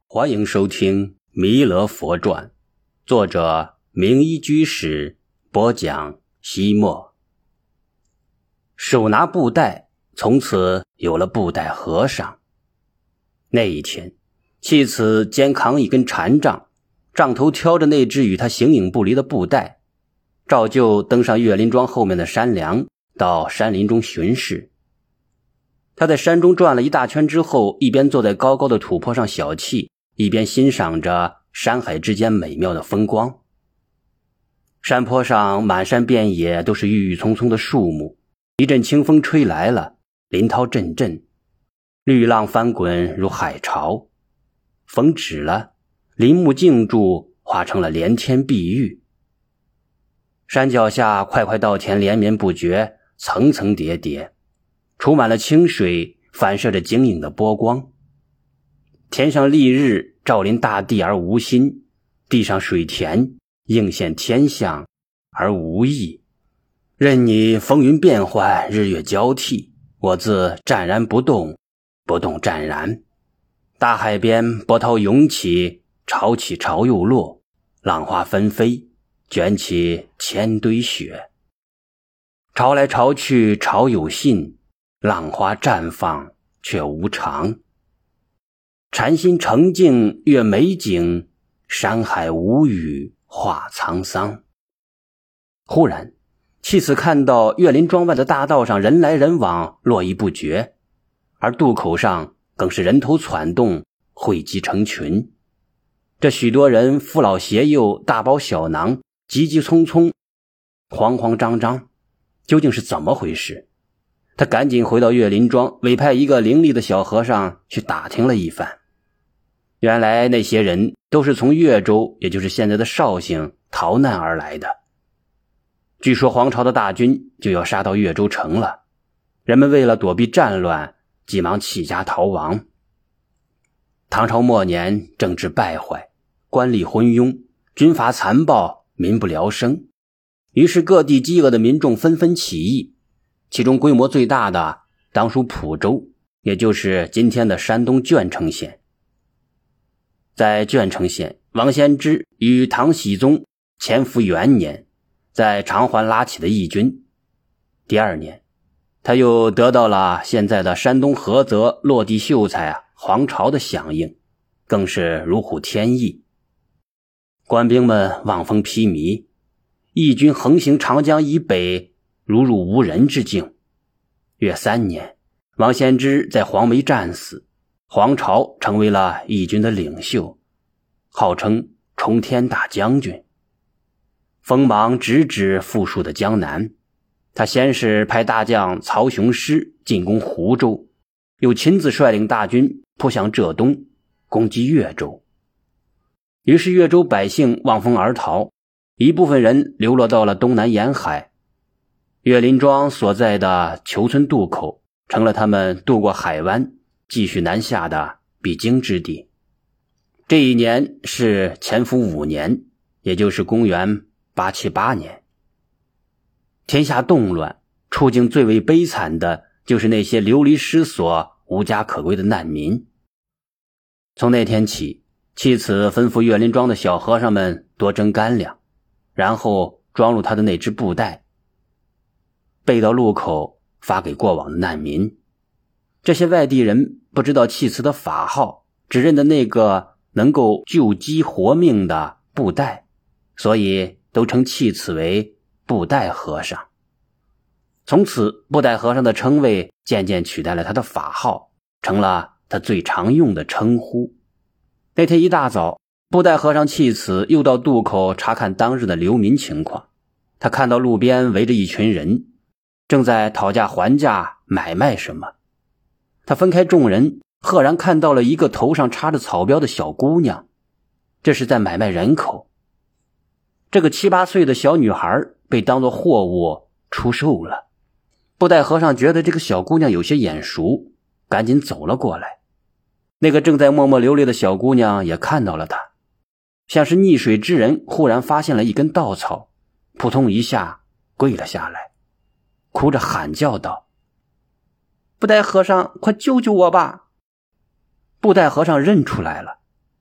欢迎收听《弥勒佛传》，作者明一居士，播讲西莫。手拿布袋，从此有了布袋和尚。那一天，弃子肩扛一根禅杖，杖头挑着那只与他形影不离的布袋，照旧登上岳林庄后面的山梁，到山林中巡视。他在山中转了一大圈之后，一边坐在高高的土坡上小憩，一边欣赏着山海之间美妙的风光。山坡上满山遍野都是郁郁葱葱的树木，一阵清风吹来了，林涛阵阵，绿浪翻滚如海潮。风止了，林木静住，化成了连天碧玉。山脚下块块稻田连绵不绝，层层叠叠，储满了清水，反射着晶莹的波光。天上丽日照临大地而无心，地上水田映现天象而无意。任你风云变幻，日月交替，我自湛然不动，不动湛然。大海边波涛涌起，潮起潮又落，浪花纷飞，卷起千堆雪。潮来潮去潮有信，浪花绽放却无常。禅心澄净越美景，山海无语化沧桑。忽然，弃子看到岳林庄外的大道上人来人往，络绎不绝，而渡口上更是人头攒动，汇集成群。这许多人父老携幼，大包小囊，急急匆匆，慌慌张张，究竟是怎么回事？他赶紧回到岳林庄，委派一个伶俐的小和尚去打听了一番。原来那些人都是从岳州，也就是现在的绍兴逃难而来的。据说黄巢的大军就要杀到岳州城了，人们为了躲避战乱，急忙弃家逃亡。唐朝末年，政治败坏，官吏昏庸，军阀残暴，民不聊生。于是各地饥饿的民众纷纷起义，其中规模最大的当属蒲州，也就是今天的山东鄄城县。在鄄城县，王仙芝与唐僖宗乾伏元年在长垣拉起的义军。第二年，他又得到了现在的山东菏泽落地秀才黄巢的响应，更是如虎添翼。官兵们望风披靡，义军横行长江以北，如入无人之境。约3年，王仙芝在黄梅战死，黄巢成为了义军的领袖，号称冲天大将军。锋芒直指富庶的江南，他先是派大将曹雄师进攻湖州，又亲自率领大军扑向浙东，攻击岳州。于是岳州百姓望风而逃，一部分人流落到了东南沿海。岳林庄所在的虬村渡口成了他们渡过海湾继续南下的必经之地。这一年是乾伏5年，也就是公元878年。天下动乱，处境最为悲惨的就是那些流离失所、无家可归的难民。从那天起，弃子吩咐岳林庄的小和尚们多蒸干粮，然后装入他的那只布袋，背到路口发给过往的难民。这些外地人不知道弃子的法号，只认得那个能够救鸡活命的布袋，所以都称弃子为布袋和尚。从此，布袋和尚的称谓渐渐取代了他的法号，成了他最常用的称呼。那天一大早，布袋和尚弃子又到渡口查看当日的流民情况。他看到路边围着一群人，正在讨价还价买卖什么。他分开众人，赫然看到了一个头上插着草标的小姑娘，这是在买卖人口。这个7、8岁的小女孩被当作货物出售了。布袋和尚觉得这个小姑娘有些眼熟，赶紧走了过来。那个正在默默流泪的小姑娘也看到了他，像是溺水之人忽然发现了一根稻草，扑通一下跪了下来，哭着喊叫道：“布袋和尚，快救救我吧！”布袋和尚认出来了，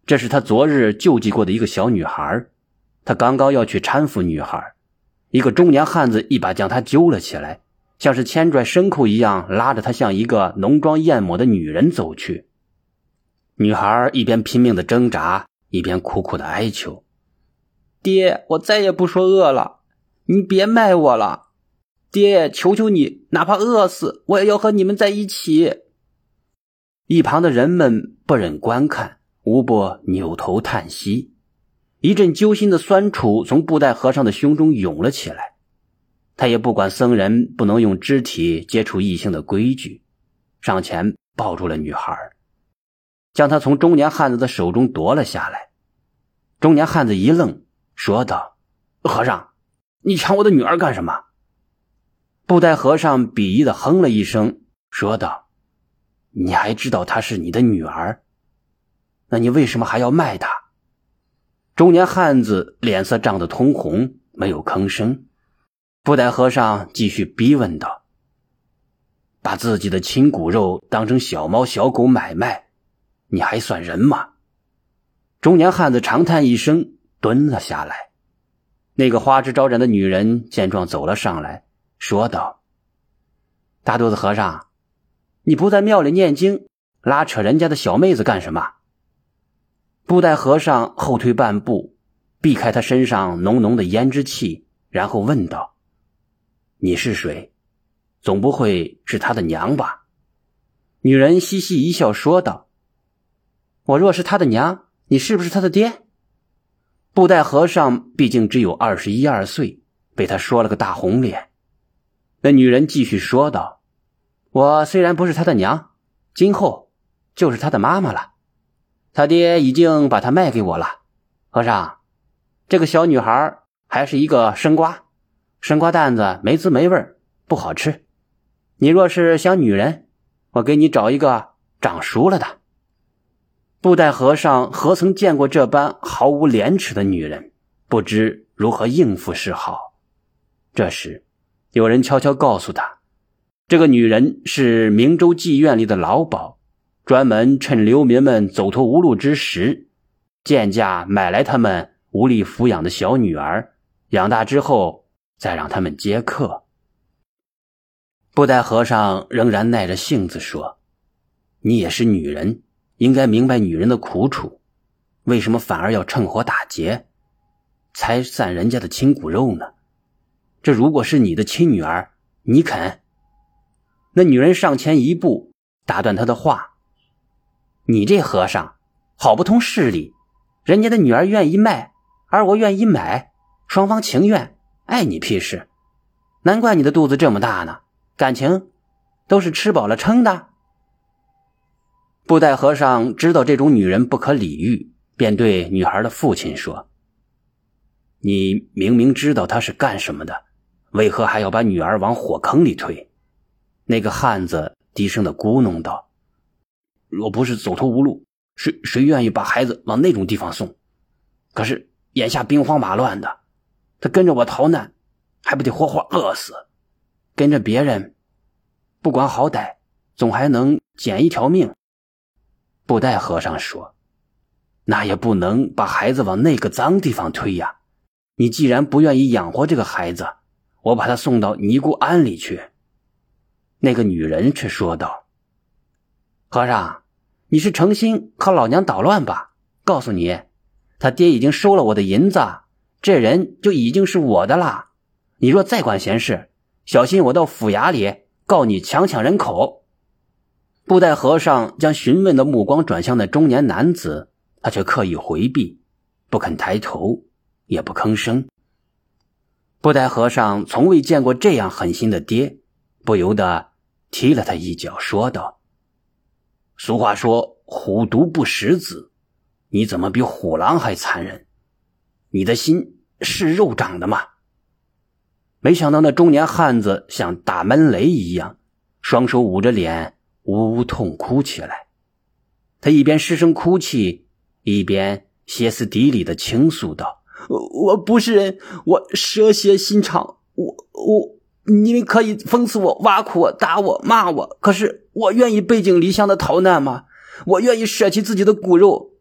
这是他昨日救济过的一个小女孩，他刚刚要去搀扶女孩，一个中年汉子一把将她揪了起来，像是牵拽牲口一样拉着她向一个浓妆艳抹的女人走去。女孩一边拼命的挣扎，一边苦苦的哀求：爹，我再也不说饿了，你别卖我了，爹，求求你，哪怕饿死我也要和你们在一起。一旁的人们不忍观看，无不扭头叹息，一阵揪心的酸楚从布袋和尚的胸中涌了起来。他也不管僧人不能用肢体接触异性的规矩，上前抱住了女孩，将她从中年汉子的手中夺了下来。中年汉子一愣，说道：和尚，你抢我的女儿干什么？布袋和尚鄙夷地哼了一声，说道：你还知道她是你的女儿？那你为什么还要卖她？中年汉子脸色涨得通红，没有吭声。布袋和尚继续逼问道：把自己的亲骨肉当成小猫小狗买卖，你还算人吗？中年汉子长叹一声，蹲了下来。那个花枝招展的女人见状走了上来，说道：大肚子和尚，你不在庙里念经，拉扯人家的小妹子干什么？布袋和尚后退半步，避开他身上浓浓的胭脂气，然后问道：你是谁？总不会是他的娘吧？女人嘻嘻一笑说道：我若是他的娘，你是不是他的爹？布袋和尚毕竟只有21、22岁，被他说了个大红脸。那女人继续说道：我虽然不是他的娘，今后就是他的妈妈了。他爹已经把她卖给我了。和尚，这个小女孩还是一个生瓜，生瓜蛋子没滋没味，不好吃。你若是想女人，我给你找一个长熟了的。布袋和尚何曾见过这般毫无廉耻的女人，不知如何应付是好。这时有人悄悄告诉他，这个女人是明州妓院里的老鸨，专门趁流民们走投无路之时，贱价买来他们无力抚养的小女儿，养大之后再让他们接客。布袋和尚仍然耐着性子说：你也是女人，应该明白女人的苦楚，为什么反而要趁火打劫，拆散人家的亲骨肉呢？这如果是你的亲女儿，你肯？那女人上前一步，打断他的话：你这和尚好不通事理，人家的女儿愿意卖，而我愿意买，双方情愿，碍你屁事？难怪你的肚子这么大呢，感情都是吃饱了撑的。布袋和尚知道这种女人不可理喻，便对女孩的父亲说：你明明知道她是干什么的，为何还要把女儿往火坑里推？那个汉子低声地咕哝道：若不是走投无路，谁愿意把孩子往那种地方送？可是眼下兵荒马乱的，他跟着我逃难，还不得活活饿死？跟着别人不管好歹，总还能捡一条命。布袋和尚说：那也不能把孩子往那个脏地方推呀，你既然不愿意养活这个孩子，我把他送到尼姑庵里去。那个女人却说道：和尚，你是诚心和老娘捣乱吧？告诉你，他爹已经收了我的银子，这人就已经是我的了。你若再管闲事，小心我到府衙里告你强抢人口。布袋和尚将询问的目光转向那中年男子，他却刻意回避，不肯抬头，也不吭声。布袋和尚从未见过这样狠心的爹，不由得踢了他一脚，说道：俗话说虎毒不食子，你怎么比虎狼还残忍？你的心是肉长的吗？没想到那中年汉子像打闷雷一样，双手捂着脸呜呜痛哭起来。他一边失声哭泣，一边歇斯底里地倾诉道：我不是人，我蛇蝎心肠，你们可以讽刺我、挖苦我、打我、骂我，可是我愿意背井离乡的逃难吗？我愿意舍弃自己的骨肉，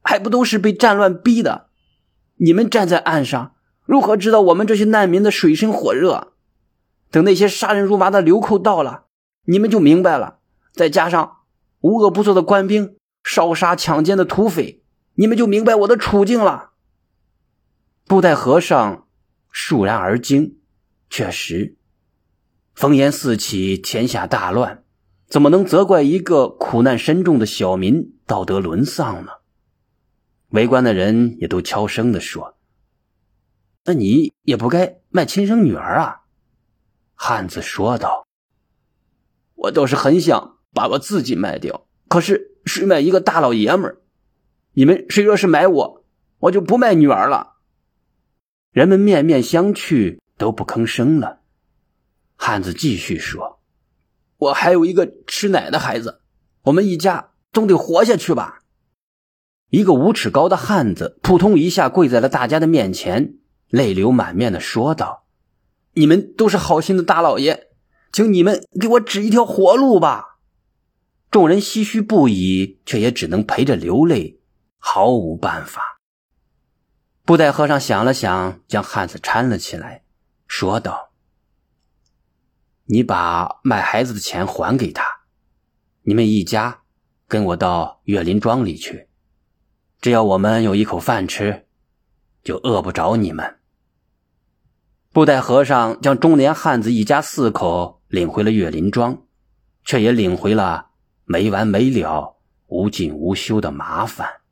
还不都是被战乱逼的？你们站在岸上，如何知道我们这些难民的水深火热？等那些杀人如麻的流寇到了，你们就明白了。再加上无恶不作的官兵，烧杀抢奸的土匪，你们就明白我的处境了。布袋和尚肃然而惊，确实，烽烟四起，天下大乱，怎么能责怪一个苦难深重的小民道德沦丧呢？围观的人也都悄声地说：“那你也不该卖亲生女儿啊。”汉子说道：“我倒是很想把我自己卖掉，可是谁买一个大老爷们儿？你们谁若是买我，我就不卖女儿了。”人们面面相觑，都不吭声了。汉子继续说：“我还有一个吃奶的孩子，我们一家总得活下去吧。”一个5尺高的汉子扑通一下跪在了大家的面前，泪流满面地说道：“你们都是好心的大老爷，请你们给我指一条活路吧。”众人唏嘘不已，却也只能陪着流泪，毫无办法。布袋和尚想了想，将汉子搀了起来，说道：“你把卖孩子的钱还给他，你们一家跟我到岳林庄里去，只要我们有一口饭吃，就饿不着你们。”布袋和尚将中年汉子一家4口领回了岳林庄，却也领回了没完没了、无尽无休的麻烦。